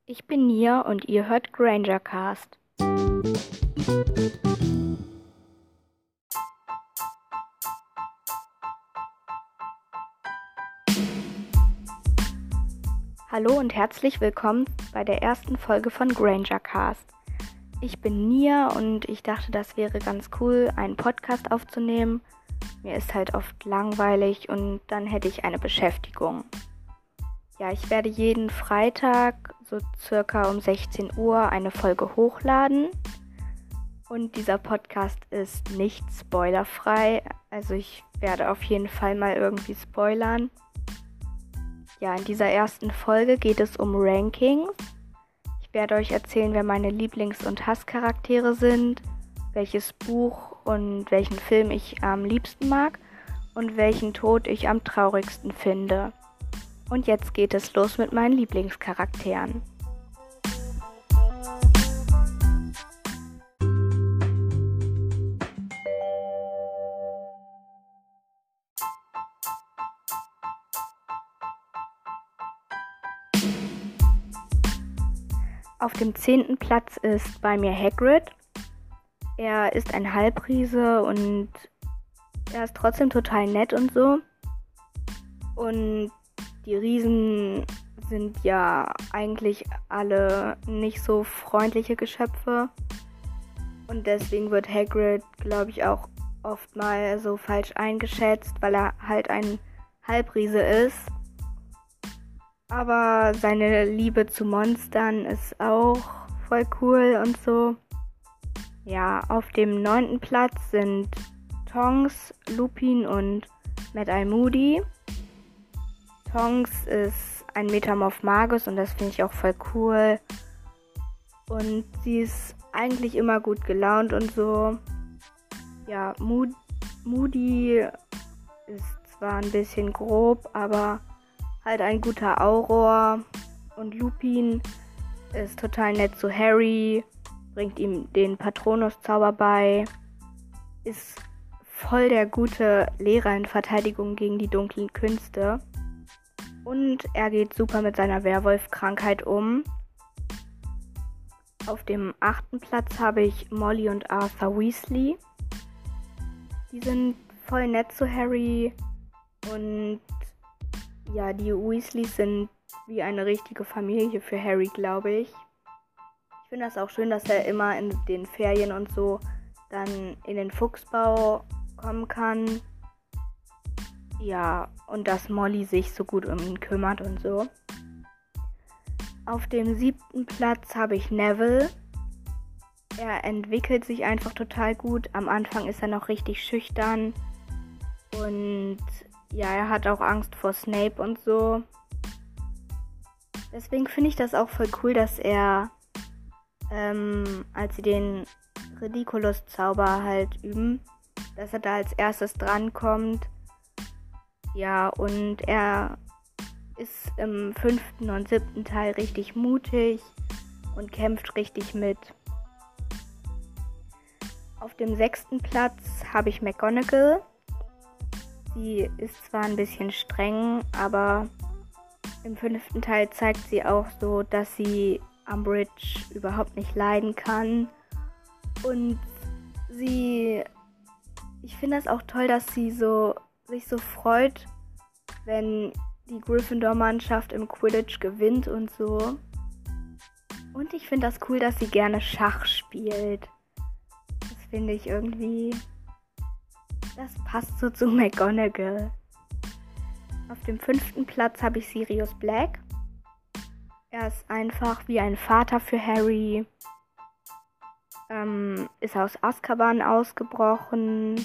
Ich bin Nia und ihr hört Grangercast. Hallo und herzlich willkommen bei der ersten Folge von Grangercast. Ich bin Nia und ich dachte, das wäre ganz cool, einen Podcast aufzunehmen. Mir ist halt oft langweilig und dann hätte ich eine Beschäftigung. Ja, ich werde jeden Freitag so circa um 16 Uhr eine Folge hochladen. Und dieser Podcast ist nicht spoilerfrei. Also ich werde auf jeden Fall mal irgendwie spoilern. Ja, in dieser ersten Folge geht es um Rankings. Ich werde euch erzählen, wer meine Lieblings- und Hasscharaktere sind, welches Buch und welchen Film ich am liebsten mag und welchen Tod ich am traurigsten finde. Und jetzt geht es los mit meinen Lieblingscharakteren. Auf dem 10. Platz ist bei mir Hagrid. Er ist ein Halbriese und er ist trotzdem total nett und so. Und die Riesen sind ja eigentlich alle nicht so freundliche Geschöpfe. Und deswegen wird Hagrid, glaube ich, auch oft mal so falsch eingeschätzt, weil er halt ein Halbriese ist. Aber seine Liebe zu Monstern ist auch voll cool und so. Ja, auf dem 9. Platz sind Tonks, Lupin und Mad-Eye Moody. Tonks ist ein Metamorph Magus und das finde ich auch voll cool. Und sie ist eigentlich immer gut gelaunt und so. Ja, Moody ist zwar ein bisschen grob, aber halt ein guter Auror. Und Lupin ist total nett zu Harry, bringt ihm den Patronus-Zauber bei, ist voll der gute Lehrer in Verteidigung gegen die dunklen Künste. Und er geht super mit seiner Werwolf-Krankheit um. Auf dem 8. Platz habe ich Molly und Arthur Weasley. Die sind voll nett zu Harry. Und ja, die Weasleys sind wie eine richtige Familie für Harry, glaube ich. Ich finde das auch schön, dass er immer in den Ferien und so dann in den Fuchsbau kommen kann. Ja, und dass Molly sich so gut um ihn kümmert und so. Auf dem 7. Platz habe ich Neville. Er entwickelt sich einfach total gut. Am Anfang ist er noch richtig schüchtern. Und ja, er hat auch Angst vor Snape und so. Deswegen finde ich das auch voll cool, dass er, als sie den Ridiculous-Zauber halt üben, dass er da als erstes drankommt. Ja, und er ist im 5. und 7. Teil richtig mutig und kämpft richtig mit. Auf dem 6. Platz habe ich McGonagall. Sie ist zwar ein bisschen streng, aber im 5. Teil zeigt sie auch so, dass sie Umbridge überhaupt nicht leiden kann. Und ich finde das auch toll, dass sie sich so freut, wenn die Gryffindor-Mannschaft im Quidditch gewinnt und so. Und ich finde das cool, dass sie gerne Schach spielt. Das finde ich irgendwie, das passt so zu McGonagall. Auf dem 5. Platz habe ich Sirius Black. Er ist einfach wie ein Vater für Harry. Ist aus Azkaban ausgebrochen.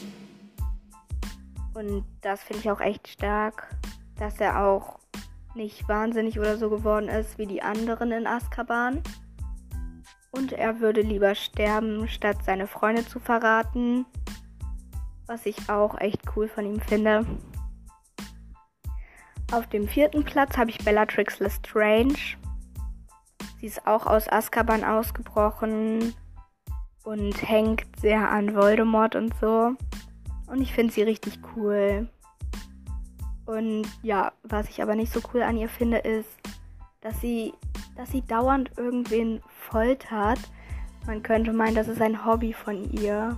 Und das finde ich auch echt stark, dass er auch nicht wahnsinnig oder so geworden ist wie die anderen in Azkaban. Und er würde lieber sterben, statt seine Freunde zu verraten. Was ich auch echt cool von ihm finde. Auf dem 4. Platz habe ich Bellatrix Lestrange. Sie ist auch aus Azkaban ausgebrochen und hängt sehr an Voldemort und so. Und ich finde sie richtig cool. Und ja, was ich aber nicht so cool an ihr finde, ist, dass dass sie dauernd irgendwen foltert. Man könnte meinen, das ist ein Hobby von ihr.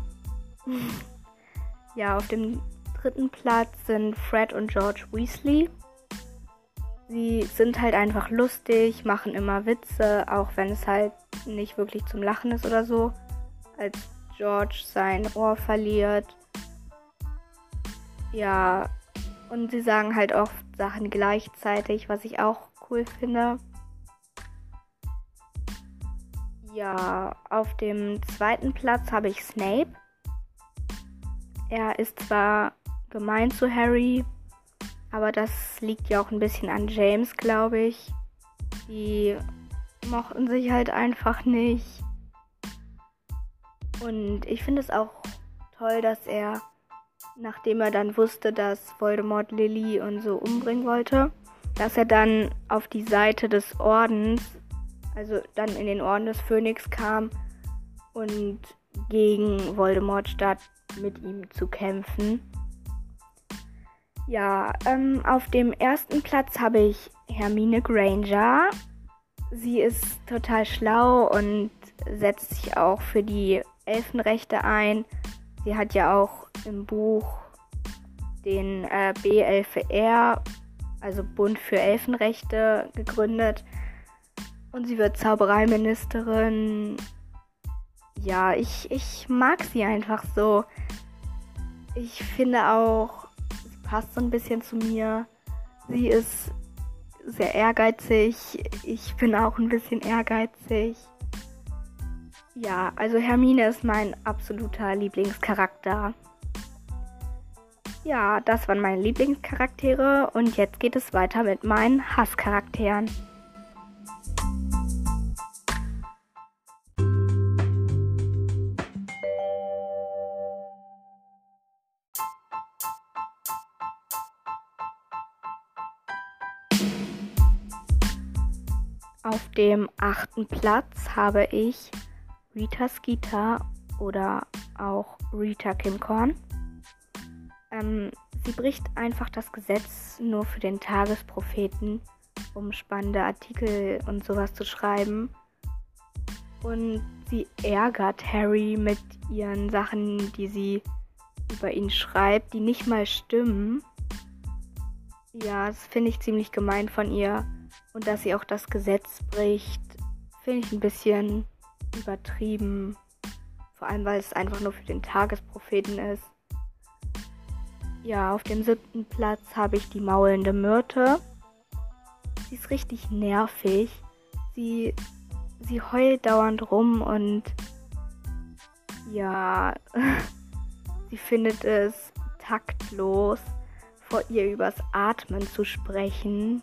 Ja, auf dem 3. Platz sind Fred und George Weasley. Sie sind halt einfach lustig, machen immer Witze, auch wenn es halt nicht wirklich zum Lachen ist oder so. Als George sein Ohr verliert. Ja, und sie sagen halt oft Sachen gleichzeitig, was ich auch cool finde. Ja, auf dem 2. Platz habe ich Snape. Er ist zwar gemein zu Harry, aber das liegt ja auch ein bisschen an James, glaube ich. Die mochten sich halt einfach nicht. Und ich finde es auch toll, dass er, nachdem er dann wusste, dass Voldemort Lily und so umbringen wollte, dass er dann auf die Seite des Ordens, also dann in den Orden des Phönix kam und gegen Voldemort statt mit ihm zu kämpfen. Ja, auf dem 1. Platz habe ich Hermine Granger. Sie ist total schlau und setzt sich auch für die Elfenrechte ein. Sie hat ja auch im Buch den BLFR, also Bund für Elfenrechte, gegründet. Und sie wird Zaubereiministerin. Ja, ich mag sie einfach so. Ich finde auch, sie passt so ein bisschen zu mir. Sie ist sehr ehrgeizig. Ich bin auch ein bisschen ehrgeizig. Ja, also Hermine ist mein absoluter Lieblingscharakter. Ja, das waren meine Lieblingscharaktere und jetzt geht es weiter mit meinen Hasscharakteren. Auf dem 8. Platz habe ich Rita Skeeter oder auch Rita Kimcorn. Sie bricht einfach das Gesetz nur für den Tagespropheten, um spannende Artikel und sowas zu schreiben. Und sie ärgert Harry mit ihren Sachen, die sie über ihn schreibt, die nicht mal stimmen. Ja, das finde ich ziemlich gemein von ihr. Und dass sie auch das Gesetz bricht, finde ich ein bisschen übertrieben. Vor allem, weil es einfach nur für den Tagespropheten ist. Ja, auf dem 7. Platz habe ich die maulende Myrte. Sie ist richtig nervig. Sie heult dauernd rum und ja, sie findet es taktlos, vor ihr übers Atmen zu sprechen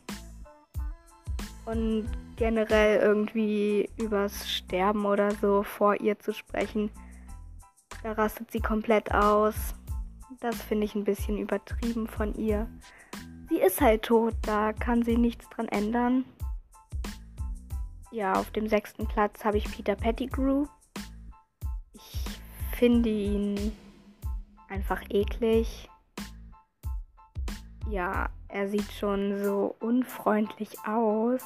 und generell irgendwie übers Sterben oder so vor ihr zu sprechen. Da rastet sie komplett aus. Das finde ich ein bisschen übertrieben von ihr. Sie ist halt tot, da kann sie nichts dran ändern. Ja, auf dem 6. Platz habe ich Peter Pettigrew. Ich finde ihn einfach eklig. Ja, er sieht schon so unfreundlich aus.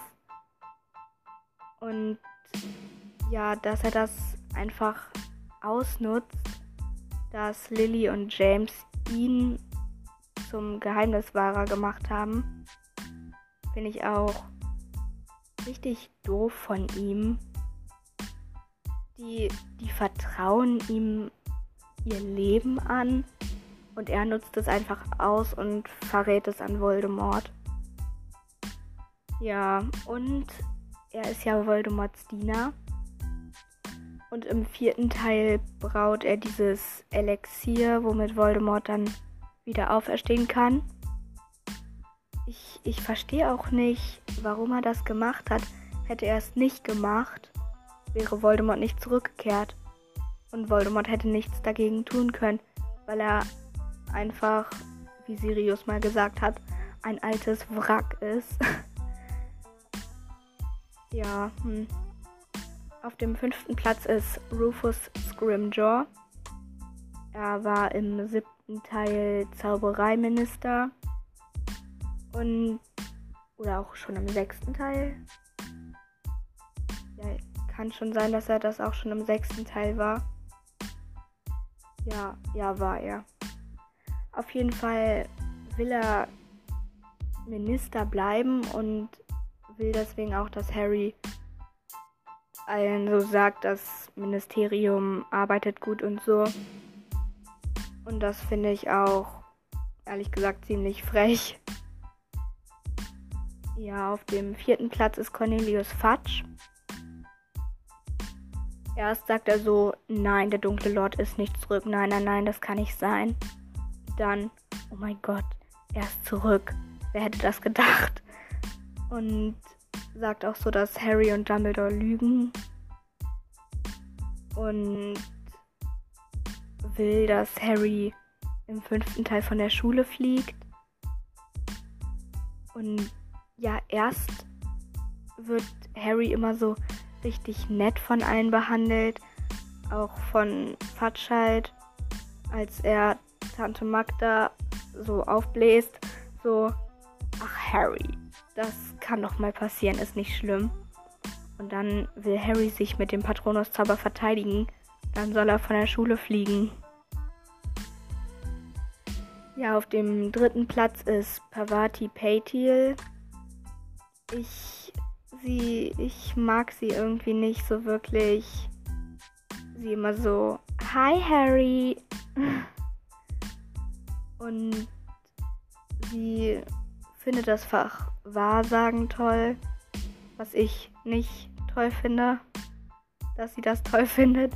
Und ja, dass er das einfach ausnutzt, dass Lily und James ihn zum Geheimniswahrer gemacht haben, finde ich auch richtig doof von ihm. Die vertrauen ihm ihr Leben an und er nutzt es einfach aus und verrät es an Voldemort. Ja, und er ist ja Voldemorts Diener. Und im 4. Teil braut er dieses Elixier, womit Voldemort dann wieder auferstehen kann. Ich verstehe auch nicht, warum er das gemacht hat. Hätte er es nicht gemacht, wäre Voldemort nicht zurückgekehrt. Und Voldemort hätte nichts dagegen tun können, weil er einfach, wie Sirius mal gesagt hat, ein altes Wrack ist. Ja, Auf dem 5. Platz ist Rufus Scrimgeour. Er war im 7. Teil Zaubereiminister. Oder auch schon im 6. Teil. kann schon sein, dass er das auch schon im 6. Teil war. Ja, war er. Auf jeden Fall will er Minister bleiben und will deswegen auch, dass Harry allen so sagt, das Ministerium arbeitet gut und so. Und das finde ich auch, ehrlich gesagt, ziemlich frech. Ja, auf dem 4. Platz ist Cornelius Fudge. Erst sagt er so, nein, der dunkle Lord ist nicht zurück. Nein, das kann nicht sein. Dann, oh mein Gott, er ist zurück. Wer hätte das gedacht? Und sagt auch so, dass Harry und Dumbledore lügen. Und will, dass Harry im 5. Teil von der Schule fliegt. Und ja, erst wird Harry immer so richtig nett von allen behandelt. Auch von Fudge halt, als er Tante Magda so aufbläst. So, ach Harry, das kann doch mal passieren, ist nicht schlimm. Und dann will Harry sich mit dem Patronus-Zauber verteidigen. Dann soll er von der Schule fliegen. Ja, auf dem 3. Platz ist Parvati Patil. Ich mag sie irgendwie nicht so wirklich. Sie immer so, hi Harry. Und sie findet das Fach Wahrsagen toll, was ich nicht toll finde, dass sie das toll findet.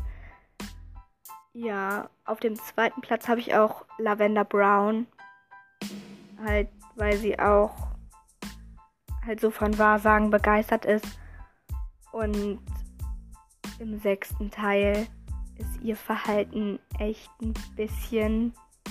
Ja, auf dem 2. Platz habe ich auch Lavender Brown. Halt, weil sie auch halt so von Wahrsagen begeistert ist. Und im 6. Teil ist ihr Verhalten echt ein bisschen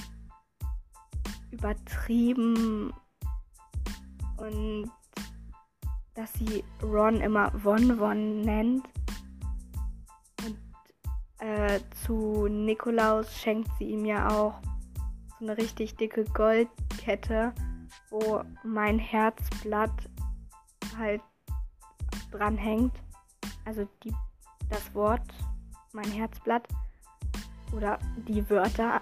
übertrieben. Und dass sie Ron immer Von nennt. Und zu Nikolaus schenkt sie ihm ja auch so eine richtig dicke Goldkette, wo mein Herzblatt halt dran hängt. Also das Wort, mein Herzblatt. Oder die Wörter.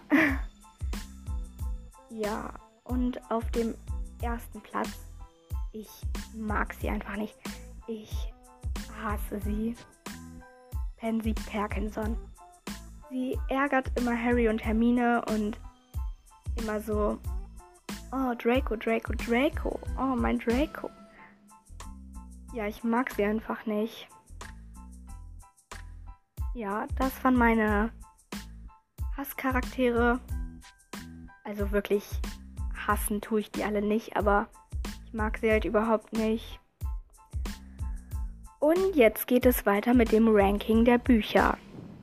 Ja, und auf dem 1. Platz, ich mag sie einfach nicht. Ich hasse sie. Pansy Parkinson. Sie ärgert immer Harry und Hermine und immer so, oh Draco. Oh, mein Draco. Ja, ich mag sie einfach nicht. Ja, das waren meine Hasscharaktere. Also wirklich hassen tue ich die alle nicht, aber ich mag sie halt überhaupt nicht. Und jetzt geht es weiter mit dem Ranking der Bücher.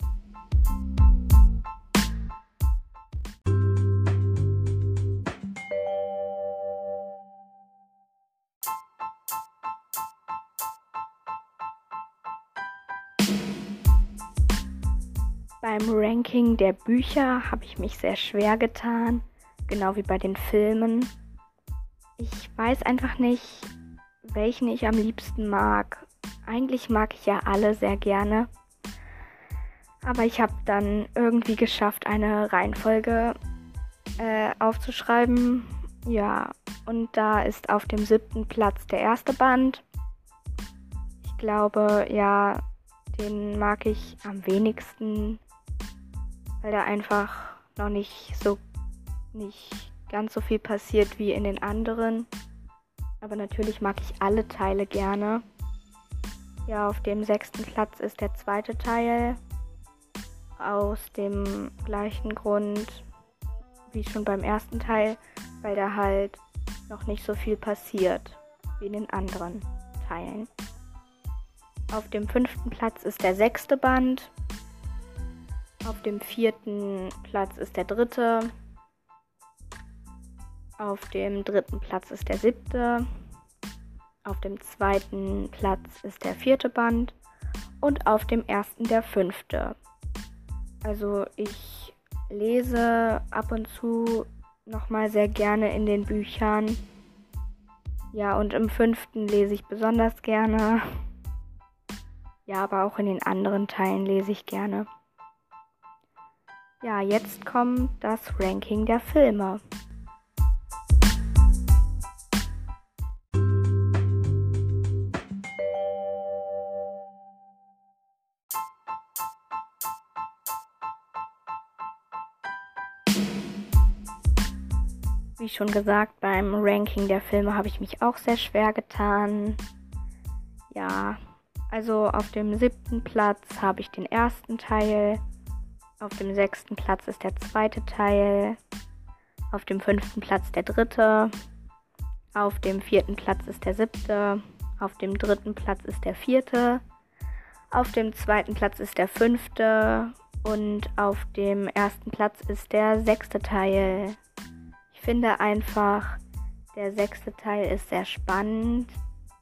Beim Ranking der Bücher habe ich mich sehr schwer getan, genau wie bei den Filmen. Ich weiß einfach nicht, welchen ich am liebsten mag. Eigentlich mag ich ja alle sehr gerne. Aber ich habe dann irgendwie geschafft, eine Reihenfolge aufzuschreiben. Ja, und da ist auf dem 7. Platz der 1. Band. Ich glaube, ja, den mag ich am wenigsten, weil da einfach noch nicht ganz so viel passiert wie in den anderen. Aber natürlich mag ich alle Teile gerne. Ja, auf dem 6. Platz ist der 2. Teil. Aus dem gleichen Grund wie schon beim 1. Teil, weil da halt noch nicht so viel passiert wie in den anderen Teilen. Auf dem 5. Platz ist der 6. Band. Auf dem 4. Platz ist der 3. Auf dem 3. Platz ist der 7. Auf dem 2. Platz ist der 4. Band. Und auf dem 1. der 5. Also ich lese ab und zu nochmal sehr gerne in den Büchern. Ja, und im 5. lese ich besonders gerne. Ja, aber auch in den anderen Teilen lese ich gerne. Ja, jetzt kommt das Ranking der Filme. Wie schon gesagt, beim Ranking der Filme habe ich mich auch sehr schwer getan. Ja, also auf dem 7. Platz habe ich den ersten Teil. Auf dem 6. Platz ist der 2. Teil. Auf dem 5. Platz der 3. Auf dem 4. Platz ist der 7. Auf dem 3. Platz ist der 4. Auf dem 2. Platz ist der 5. Und auf dem 1. Platz ist der 6. Teil. Ich finde einfach, der 6. Teil ist sehr spannend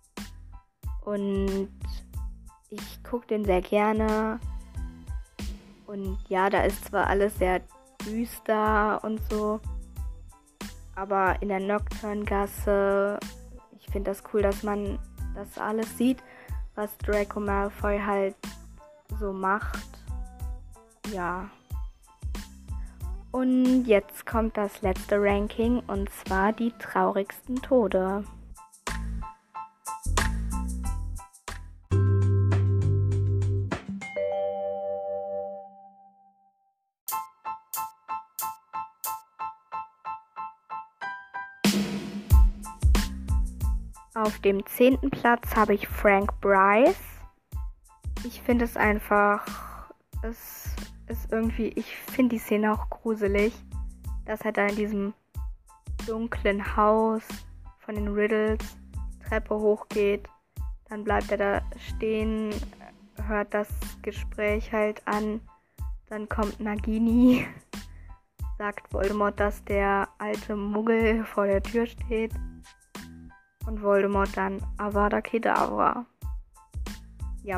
und ich gucke den sehr gerne. Und ja, da ist zwar alles sehr düster und so, aber in der Nocturngasse, ich finde das cool, dass man das alles sieht, was Draco Malfoy halt so macht. Ja. Und jetzt kommt das letzte Ranking, und zwar die traurigsten Tode. Auf dem 10. Platz habe ich Frank Bryce. Ich finde es einfach, es ist irgendwie, ich finde die Szene auch gruselig, dass er da in diesem dunklen Haus von den Riddles Treppe hochgeht. Dann bleibt er da stehen, hört das Gespräch halt an. Dann kommt Nagini, sagt Voldemort, dass der alte Muggel vor der Tür steht. Und Voldemort dann Avada Kedavra. Ja,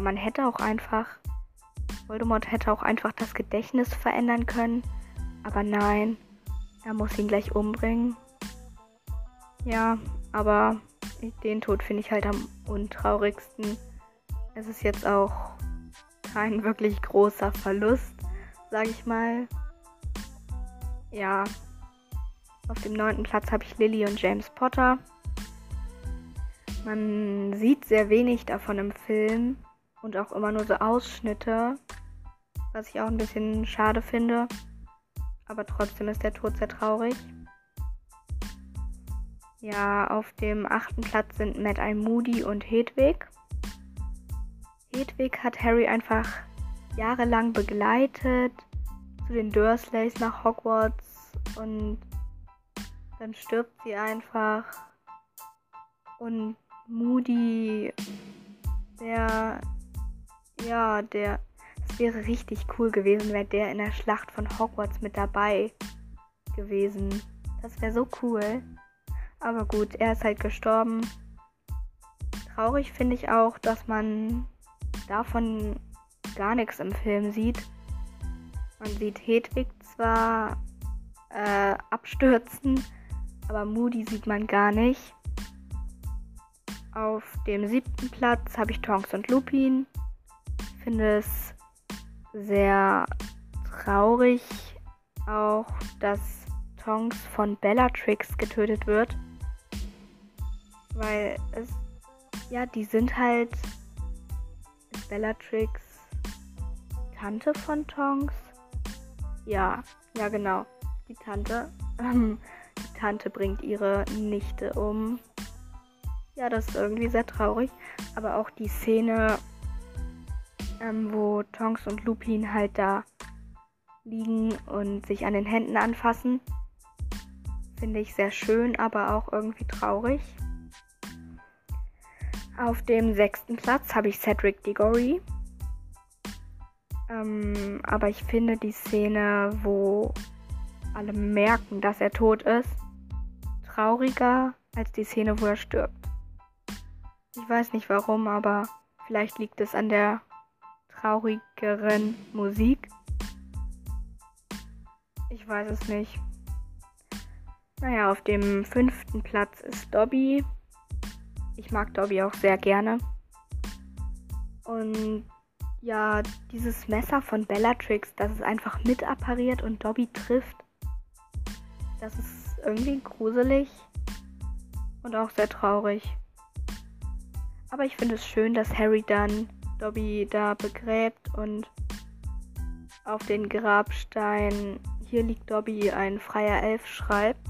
Voldemort hätte auch einfach das Gedächtnis verändern können. Aber nein, er muss ihn gleich umbringen. Ja, aber den Tod finde ich halt am untraurigsten. Es ist jetzt auch kein wirklich großer Verlust, sag ich mal. Ja, auf dem 9. Platz habe ich Lily und James Potter. Man sieht sehr wenig davon im Film und auch immer nur so Ausschnitte, was ich auch ein bisschen schade finde. Aber trotzdem ist der Tod sehr traurig. Ja, auf dem 8. Platz sind Mad-Eye Moody und Hedwig. Hedwig hat Harry einfach jahrelang begleitet zu den Dursleys nach Hogwarts und dann stirbt sie einfach. Und Moody, es wäre richtig cool gewesen, wäre der in der Schlacht von Hogwarts mit dabei gewesen. Das wäre so cool. Aber gut, er ist halt gestorben. Traurig finde ich auch, dass man davon gar nichts im Film sieht. Man sieht Hedwig zwar abstürzen, aber Moody sieht man gar nicht. Auf dem 7. Platz habe ich Tonks und Lupin. Ich finde es sehr traurig auch, dass Tonks von Bellatrix getötet wird. Weil die sind halt Bellatrix Tante von Tonks. Ja, genau. Die Tante. Die Tante bringt ihre Nichte um. Ja, das ist irgendwie sehr traurig. Aber auch die Szene, wo Tonks und Lupin halt da liegen und sich an den Händen anfassen, finde ich sehr schön, aber auch irgendwie traurig. Auf dem 6. Platz habe ich Cedric Diggory. Aber ich finde die Szene, wo alle merken, dass er tot ist, trauriger als die Szene, wo er stirbt. Ich weiß nicht warum, aber vielleicht liegt es an der traurigeren Musik. Ich weiß es nicht. Naja, auf dem 5. Platz ist Dobby. Ich mag Dobby auch sehr gerne. Und Ja, dieses Messer von Bellatrix, das es einfach mit appariert und Dobby trifft, das ist irgendwie gruselig und auch sehr traurig. Aber ich finde es schön, dass Harry dann Dobby da begräbt und auf den Grabstein "Hier liegt Dobby, ein freier Elf" schreibt.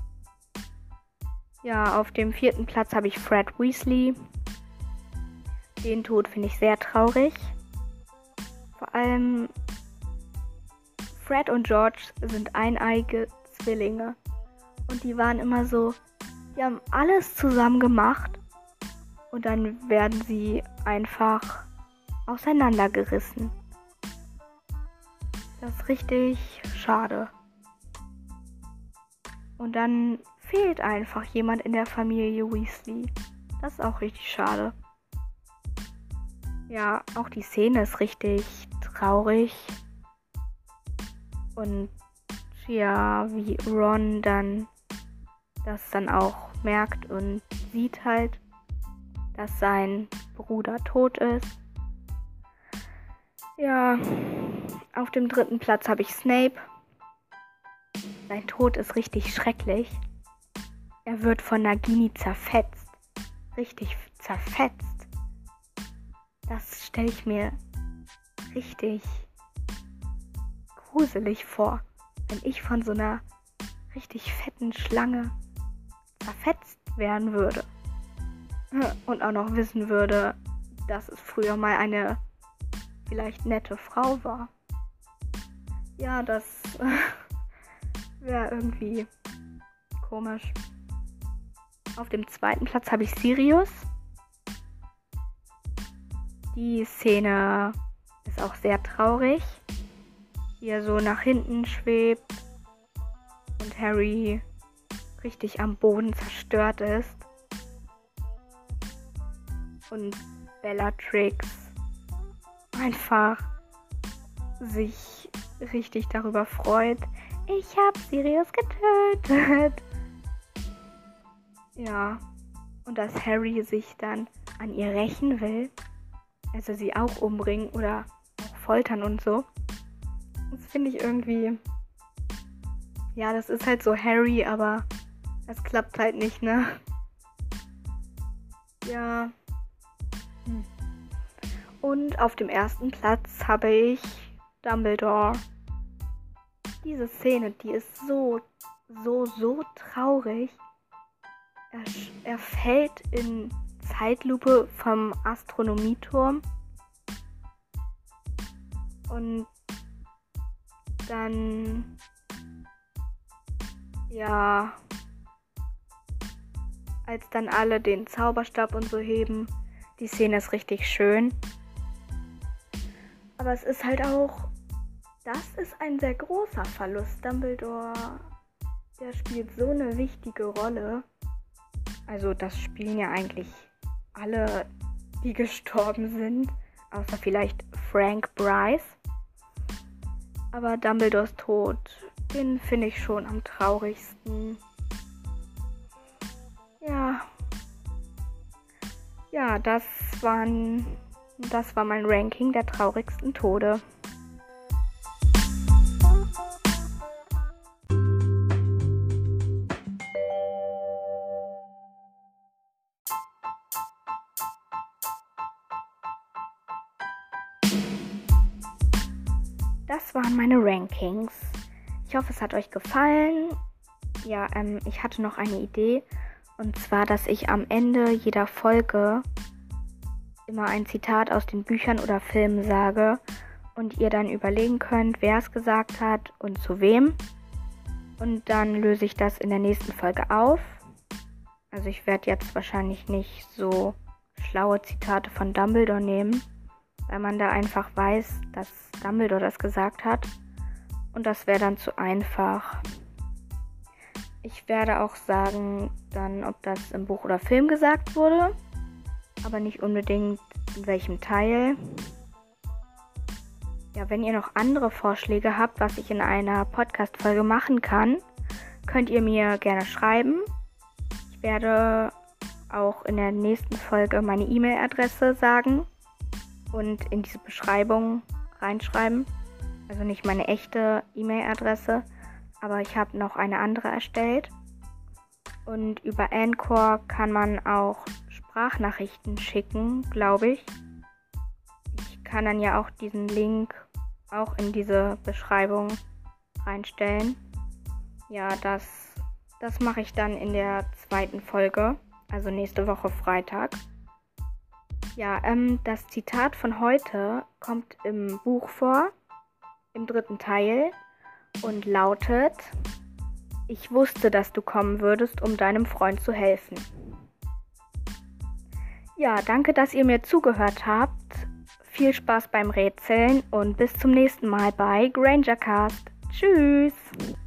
Ja, auf dem 4. Platz habe ich Fred Weasley. Den Tod finde ich sehr traurig. Vor allem Fred und George sind eineige Zwillinge. Und die waren immer so, die haben alles zusammen gemacht. Und dann werden sie einfach auseinandergerissen. Das ist richtig schade. Und dann fehlt einfach jemand in der Familie Weasley. Das ist auch richtig schade. Ja, auch die Szene ist richtig traurig. Und ja, wie Ron dann das dann auch merkt und sieht halt, dass sein Bruder tot ist. Ja, auf dem 3. Platz habe ich Snape. Sein Tod ist richtig schrecklich. Er wird von Nagini zerfetzt. Richtig zerfetzt. Das stelle ich mir richtig gruselig vor, wenn ich von so einer richtig fetten Schlange zerfetzt werden würde. Und auch noch wissen würde, dass es früher mal eine vielleicht nette Frau war. Ja, das wäre irgendwie komisch. Auf dem 2. Platz habe ich Sirius. Die Szene ist auch sehr traurig, wie er so nach hinten schwebt und Harry richtig am Boden zerstört ist. Und Bellatrix einfach sich richtig darüber freut. Ich habe Sirius getötet. Ja, und dass Harry sich dann an ihr rächen will, also sie auch umbringen oder auch foltern und so. Das finde ich irgendwie, ja, das ist halt so Harry, aber das klappt halt nicht, ne? Ja. Und auf dem 1. Platz habe ich Dumbledore. Diese Szene, die ist so traurig. Er fällt in Zeitlupe vom Astronomieturm. Und dann, ja, als dann alle den Zauberstab und so heben, die Szene ist richtig schön. Aber es ist halt auch, das ist ein sehr großer Verlust. Dumbledore, der spielt so eine wichtige Rolle. Also das spielen ja eigentlich alle, die gestorben sind, außer vielleicht Frank Bryce. Aber Dumbledores Tod, den finde ich schon am traurigsten. Ja, das war mein Ranking der traurigsten Tode. Das waren meine Rankings. Ich hoffe, es hat euch gefallen. Ja, ich hatte noch eine Idee. Und zwar, dass ich am Ende jeder Folge immer ein Zitat aus den Büchern oder Filmen sage. Und ihr dann überlegen könnt, wer es gesagt hat und zu wem. Und dann löse ich das in der nächsten Folge auf. Also ich werde jetzt wahrscheinlich nicht so schlaue Zitate von Dumbledore nehmen, weil man da einfach weiß, dass Dumbledore das gesagt hat. Und das wäre dann zu einfach. Ich werde auch sagen, dann, ob das im Buch oder Film gesagt wurde, aber nicht unbedingt in welchem Teil. Ja, wenn ihr noch andere Vorschläge habt, was ich in einer Podcast-Folge machen kann, könnt ihr mir gerne schreiben. Ich werde auch in der nächsten Folge meine E-Mail-Adresse sagen. und in diese Beschreibung reinschreiben. Also nicht meine echte E-Mail-Adresse, aber ich habe noch eine andere erstellt. Und über Anchor kann man auch Sprachnachrichten schicken, glaube ich. Ich kann dann ja auch diesen Link auch in diese Beschreibung reinstellen. Ja, das mache ich dann in der 2. Folge, also nächste Woche Freitag. Ja, das Zitat von heute kommt im Buch vor, im 3. Teil und lautet: Ich wusste, dass du kommen würdest, um deinem Freund zu helfen. Ja, danke, dass ihr mir zugehört habt. Viel Spaß beim Rätseln und bis zum nächsten Mal bei Grangercast. Tschüss!